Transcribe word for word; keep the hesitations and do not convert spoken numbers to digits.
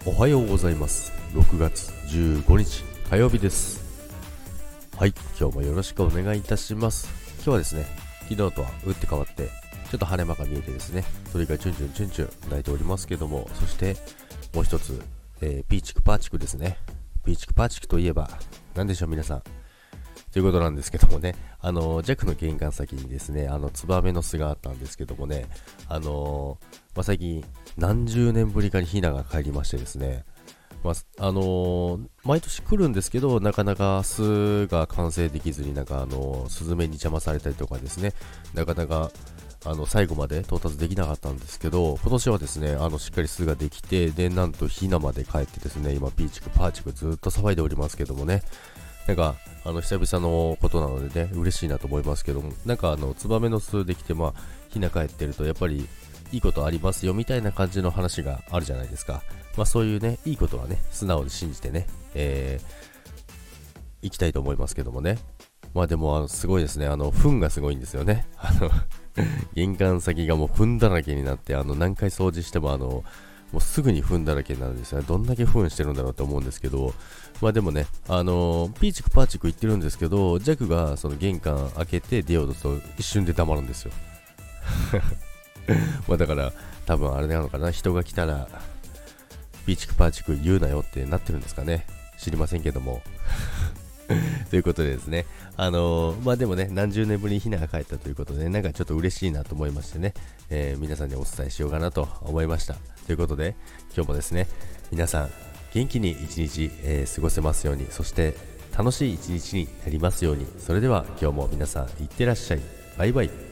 おはようございます。ろくがつじゅうごにち火曜日です。はい、今日もよろしくお願いいたします。今日はですね、昨日とは打って変わってちょっと晴れ間が見えてですね、鳥がチュンチュンチュンチュン鳴いておりますけども、そしてもう一つ、えー、ピーチクパーチクですね。ピーチクパーチクといえば何でしょう皆さんということなんですけどもね、あのジャックの玄関先にですね、あのツバメの巣があったんですけどもね、あのーまあ、最近何十年ぶりかにヒナが帰りましてですね、まあ、あのー毎年来るんですけど、なかなか巣が完成できずに、なんかあのースズメに邪魔されたりとかですね、なかなかあの最後まで到達できなかったんですけど、今年はですね、あのしっかり巣ができて、でなんとヒナまで帰ってですね、今ピーチクパーチクずっと騒いでおりますけどもね、なんかあの久々のことなのでね、嬉しいなと思いますけども、なんかあのツバメの巣できて、まあヒナ帰ってるとやっぱりいいことありますよみたいな感じの話があるじゃないですか。まあそういうね、いいことはね、素直に信じてね、えー、行きたいと思いますけどもね。まあでもあのすごいですね、あの糞がすごいんですよね。あの玄関先がもう糞だらけになって、あの何回掃除してもあのもうすぐに糞だらけになるんですよね。どんだけ糞してるんだろうと思うんですけど、まあでもね、あのー、ピーチクパーチク言ってるんですけど、ジャックがその玄関開けて出ようとすると一瞬で溜まるんですよ。まあだから多分あれなのかな、人が来たらピーチクパーチク言うなよってなってるんですかね。知りませんけども。ということでですね、あのー、まあでもね、何十年ぶりにヒナが帰ったということで、ね、なんかちょっと嬉しいなと思いましてね、えー、皆さんにお伝えしようかなと思いました。ということで、今日もですね、皆さん元気に一日、えー、過ごせますように、そして楽しい一日になりますように。それでは今日も皆さんいってらっしゃい。バイバイ。